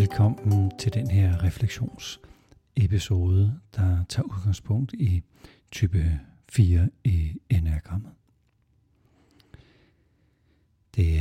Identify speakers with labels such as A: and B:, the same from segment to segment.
A: Velkommen til den her refleksionsepisode, der tager udgangspunkt i type 4 i enagrammet. Det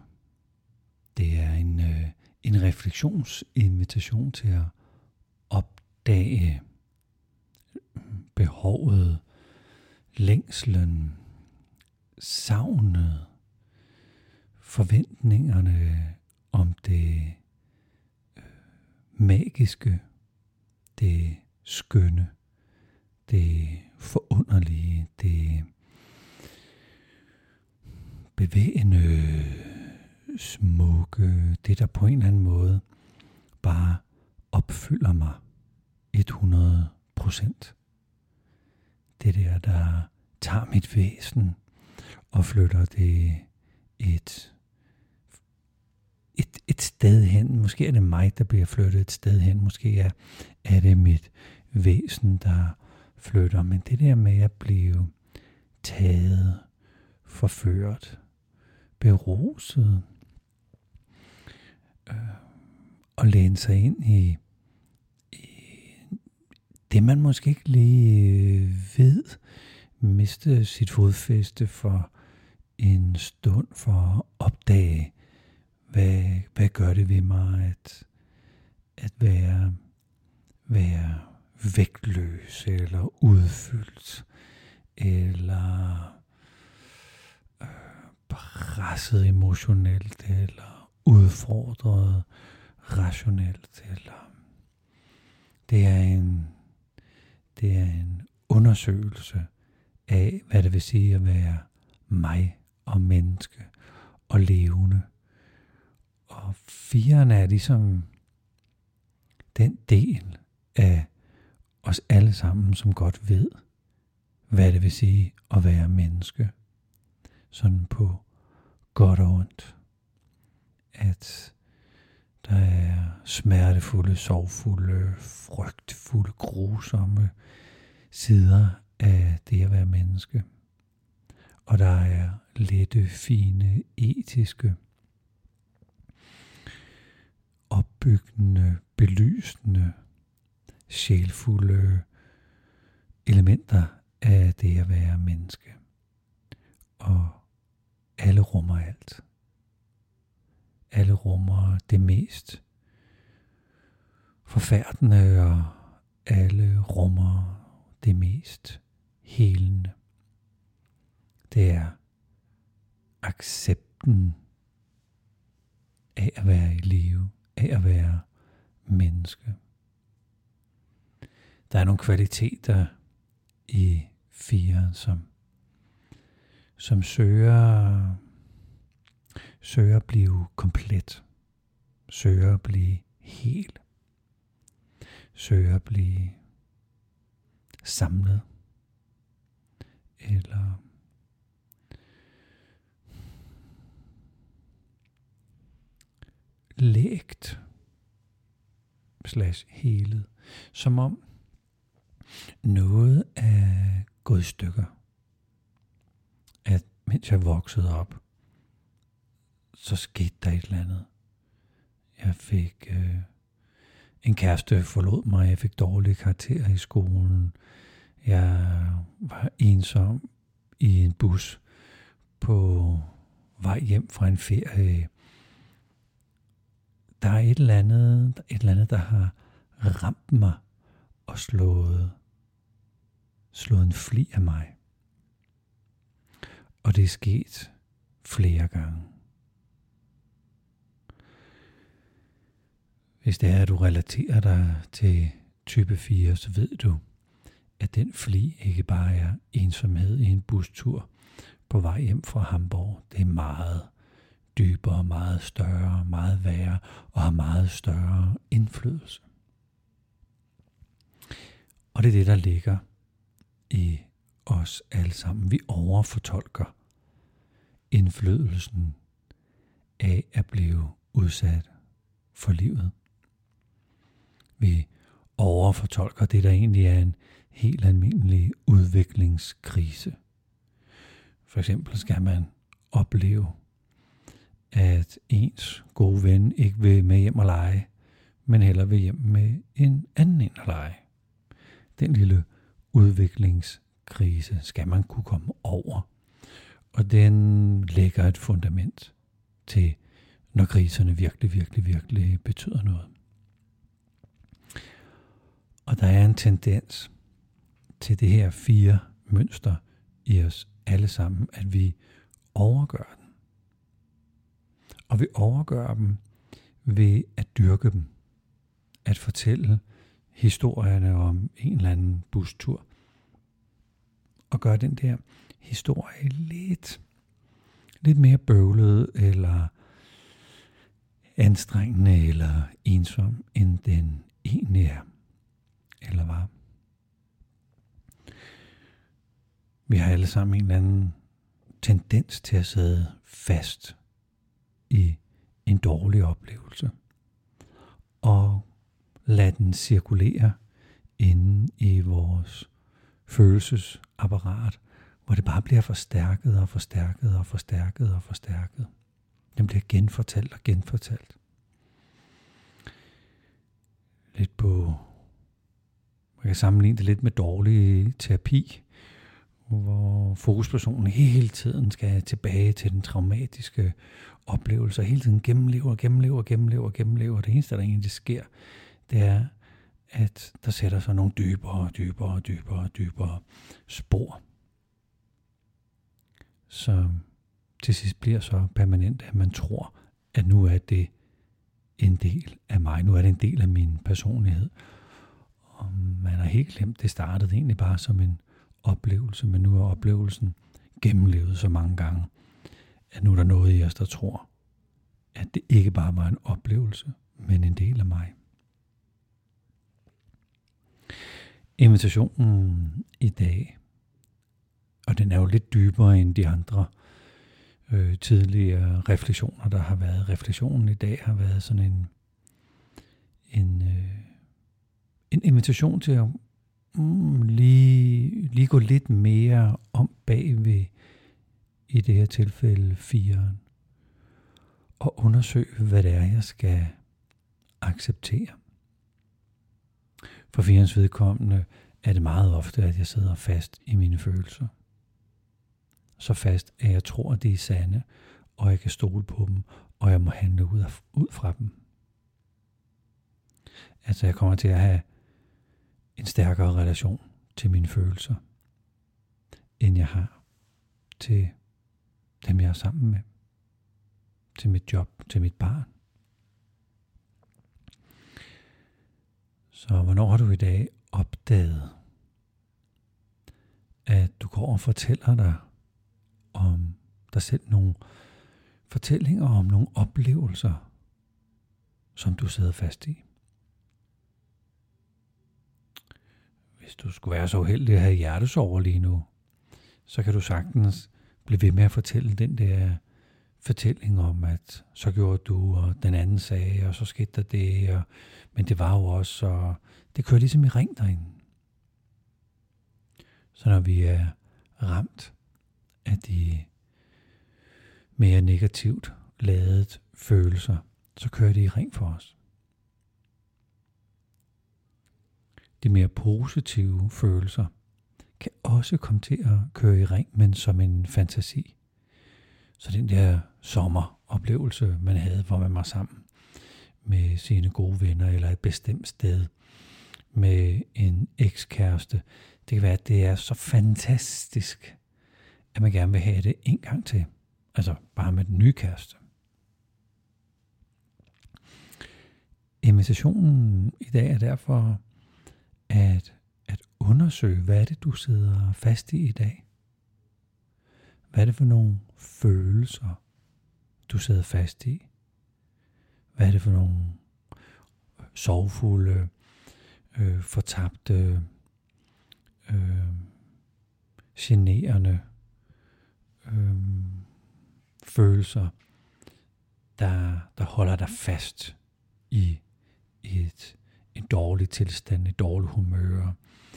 A: er en refleksionsinvitation til at opdage behovet, længslen, savnet, forventningerne om det magiske, det skønne, det forunderlige, det bevægende, smukke, det der på en eller anden måde bare opfylder mig 100%. Det der tager mit væsen og flytter det et sted hen. Måske er det mig, der bliver flyttet et sted hen. Måske er det mit væsen, der flytter. Men det der med at blive taget, forført, beruset og læne sig ind i det, man måske ikke lige ved, miste sit fodfæste for en stund, for at opdage, hvad gør det ved mig at være vægtløs, eller udfyldt, eller presset emotionelt, eller udfordret rationelt, eller det er en undersøgelse af, hvad det vil sige at være mig og menneske og levende. Og 4'erne er ligesom den del af os alle sammen, som godt ved, hvad det vil sige at være menneske. Sådan på godt og ondt. At der er smertefulde, sorgfulde, frygtfulde, grusomme sider af det at være menneske. Og der er lette, fine, etiske, opbyggende, belysende, sjælfulde elementer af det at være menneske. Og alle rummer alt. Alle rummer det mest forfærdende, og alle rummer det mest helende. Det er accepten af at være i live, af at være menneske. Der er nogle kvaliteter i 4, som søger at blive komplet, søger at blive hel, søger at blive samlet, eller lægt / helet, som om noget er gået i stykker. At mens jeg voksede op, så skete der et eller andet. Jeg fik en kæreste forlod mig, jeg fik dårlige karakterer i skolen. Jeg var ensom i en bus på vej hjem fra en ferie. Der er et eller andet, der har ramt mig og slået en fli af mig. Og det er sket flere gange. Hvis det er, at du relaterer dig til type 4, så ved du, at den fli ikke bare er ensomhed i en bustur på vej hjem fra Hamburg. Det er meget dybere, meget større, meget værre og har meget større indflydelse. Og det er det, der ligger i os alle sammen. Vi overfortolker indflydelsen af at blive udsat for livet. Vi overfortolker det, der egentlig er en helt almindelig udviklingskrise. For eksempel skal man opleve, at ens gode ven ikke vil med hjem og lege, men hellere vil hjem med en anden ind at lege. Den lille udviklingskrise skal man kunne komme over, og den lægger et fundament til, når kriserne virkelig betyder noget. Og der er en tendens til det her 4 mønster i os alle sammen, at vi overgør den. Og vi overgør dem ved at dyrke dem. At fortælle historierne om en eller anden bustur. Og gøre den der historie lidt mere bøvlet, eller anstrengende, eller ensom, end den egentlig er. Eller var. Vi har alle sammen en eller anden tendens til at sidde fast i en dårlig oplevelse. Og lade den cirkulere inde i vores følelsesapparat, hvor det bare bliver forstærket. Den bliver genfortalt. Lidt på, man kan sammenligne det lidt med dårlig terapi, hvor fokuspersonen hele tiden skal tilbage til den traumatiske oplevelse, og hele tiden gennemlever. Det eneste, der egentlig sker, det er, at der sætter sig nogle dybere spor, som til sidst bliver så permanent, at man tror, at nu er det en del af mig, nu er det en del af min personlighed. Og man har helt glemt, det startede egentlig bare som en oplevelse, men nu er oplevelsen gennemlevet så mange gange, at nu er der noget i os, der tror, at det ikke bare var en oplevelse, men en del af mig. Invitationen i dag, og den er jo lidt dybere end de andre tidligere refleksioner, der har været. Refleksionen i dag har været sådan en invitation til at lige gå lidt mere om bagved, i det her tilfælde 4'eren, og undersøge, hvad det er, jeg skal acceptere. For 4'erens vedkommende er det meget ofte, at jeg sidder fast i mine følelser. Så fast, at jeg tror, at de er sande, og jeg kan stole på dem, og jeg må handle ud fra dem. Altså, jeg kommer til at have en stærkere relation til mine følelser, end jeg har til dem, jeg er sammen med, til mit job, til mit barn. Så hvornår har du i dag opdaget, at du går og fortæller dig om dig selv nogle fortællinger om nogle oplevelser, som du sidder fast i? Hvis du skulle være så uheldig at have hjertesorger lige nu, så kan du sagtens blive ved med at fortælle den der fortælling om, at så gjorde du, og den anden sagde, og så skete der det, men det var jo også, og det kører ligesom i ring derinde. Så når vi er ramt af de mere negativt ladet følelser, så kører det i ring for os. De mere positive følelser kan også komme til at køre i ring, men som en fantasi. Så den der sommeroplevelse, man havde, hvor man var sammen med sine gode venner, eller et bestemt sted med en ekskæreste, det kan være, at det er så fantastisk, at man gerne vil have det en gang til. Altså bare med den nye kæreste. Invitationen i dag er derfor at undersøge, hvad er det, du sidder fast i dag? Hvad er det for nogle følelser, du sidder fast i? Hvad er det for nogle sorgfulde, fortabte, generende følelser, der holder dig fast i en dårlig tilstand, et dårligt humør?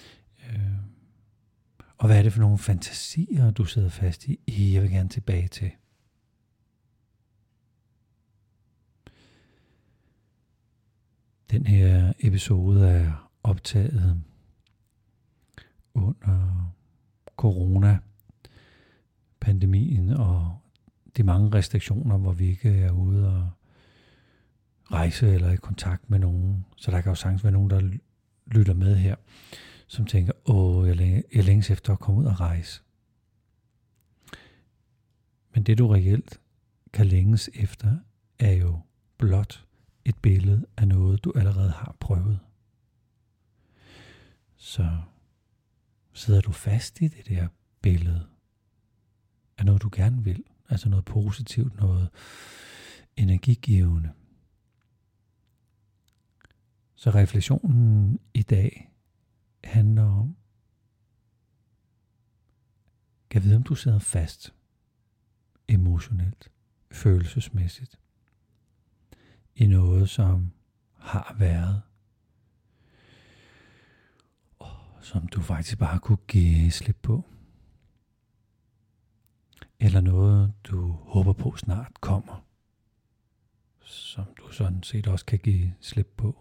A: Og hvad er det for nogle fantasier, du sidder fast i? Jeg vil gerne tilbage til. Den her episode er optaget under corona-pandemien og de mange restriktioner, hvor vi ikke er ude og rejse eller i kontakt med nogen. Så der kan jo sagtens være nogen, der lytter med her, som tænker, jeg længes efter at komme ud og rejse. Men det du reelt kan længes efter, er jo blot et billede af noget, du allerede har prøvet. Så sidder du fast i det der billede af noget, du gerne vil. Altså noget positivt, noget energigivende. Så refleksionen i dag handler om, kan vide, om du sidder fast emotionelt, følelsesmæssigt, i noget, som har været, som du faktisk bare kunne give slip på. Eller noget, du håber på snart kommer, som du sådan set også kan give slip på.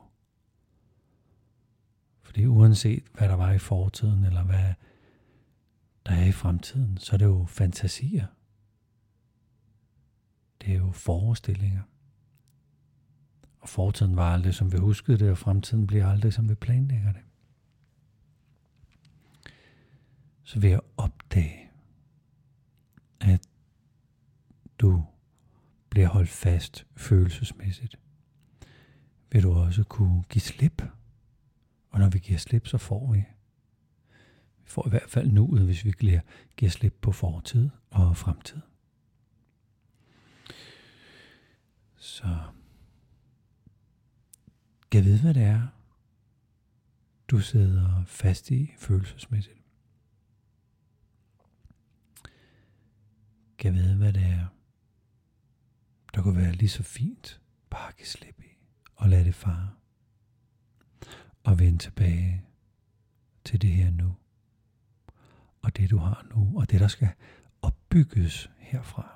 A: Fordi uanset hvad der var i fortiden, eller hvad der er i fremtiden, så er det jo fantasier. Det er jo forestillinger. Og fortiden var aldrig, som vi huskede det, og fremtiden bliver aldrig, som vi planlægger det. Så ved at opdage, at du bliver holdt fast følelsesmæssigt, vil du også kunne give slip. Og når vi giver slip, så får vi. Vi får i hvert fald nuet, hvis vi giver slip på fortid og fremtid. Så kan vide, hvad det er, du sidder fast i følelsesmæssigt. Kan vide, hvad det er, der kunne være lige så fint, bare give slip i og lade det fare. Og vende tilbage til det her nu. Og det du har nu, og det der skal opbygges herfra.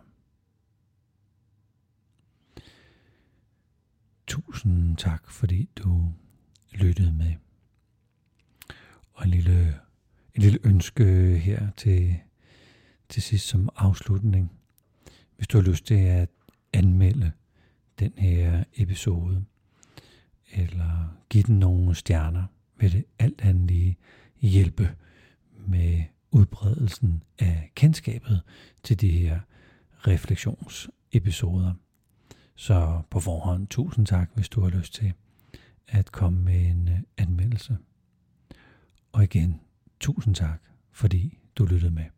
A: Tusind tak, fordi du lyttede med. Og en lille ønske her til sidst som afslutning. Hvis du har lyst til at anmelde den her episode, eller give den nogle stjerner, vil det alt andet lige hjælpe med udbredelsen af kendskabet til de her refleksionsepisoder. Så på forhånd, tusind tak, hvis du har lyst til at komme med en anmeldelse. Og igen, tusind tak, fordi du lyttede med.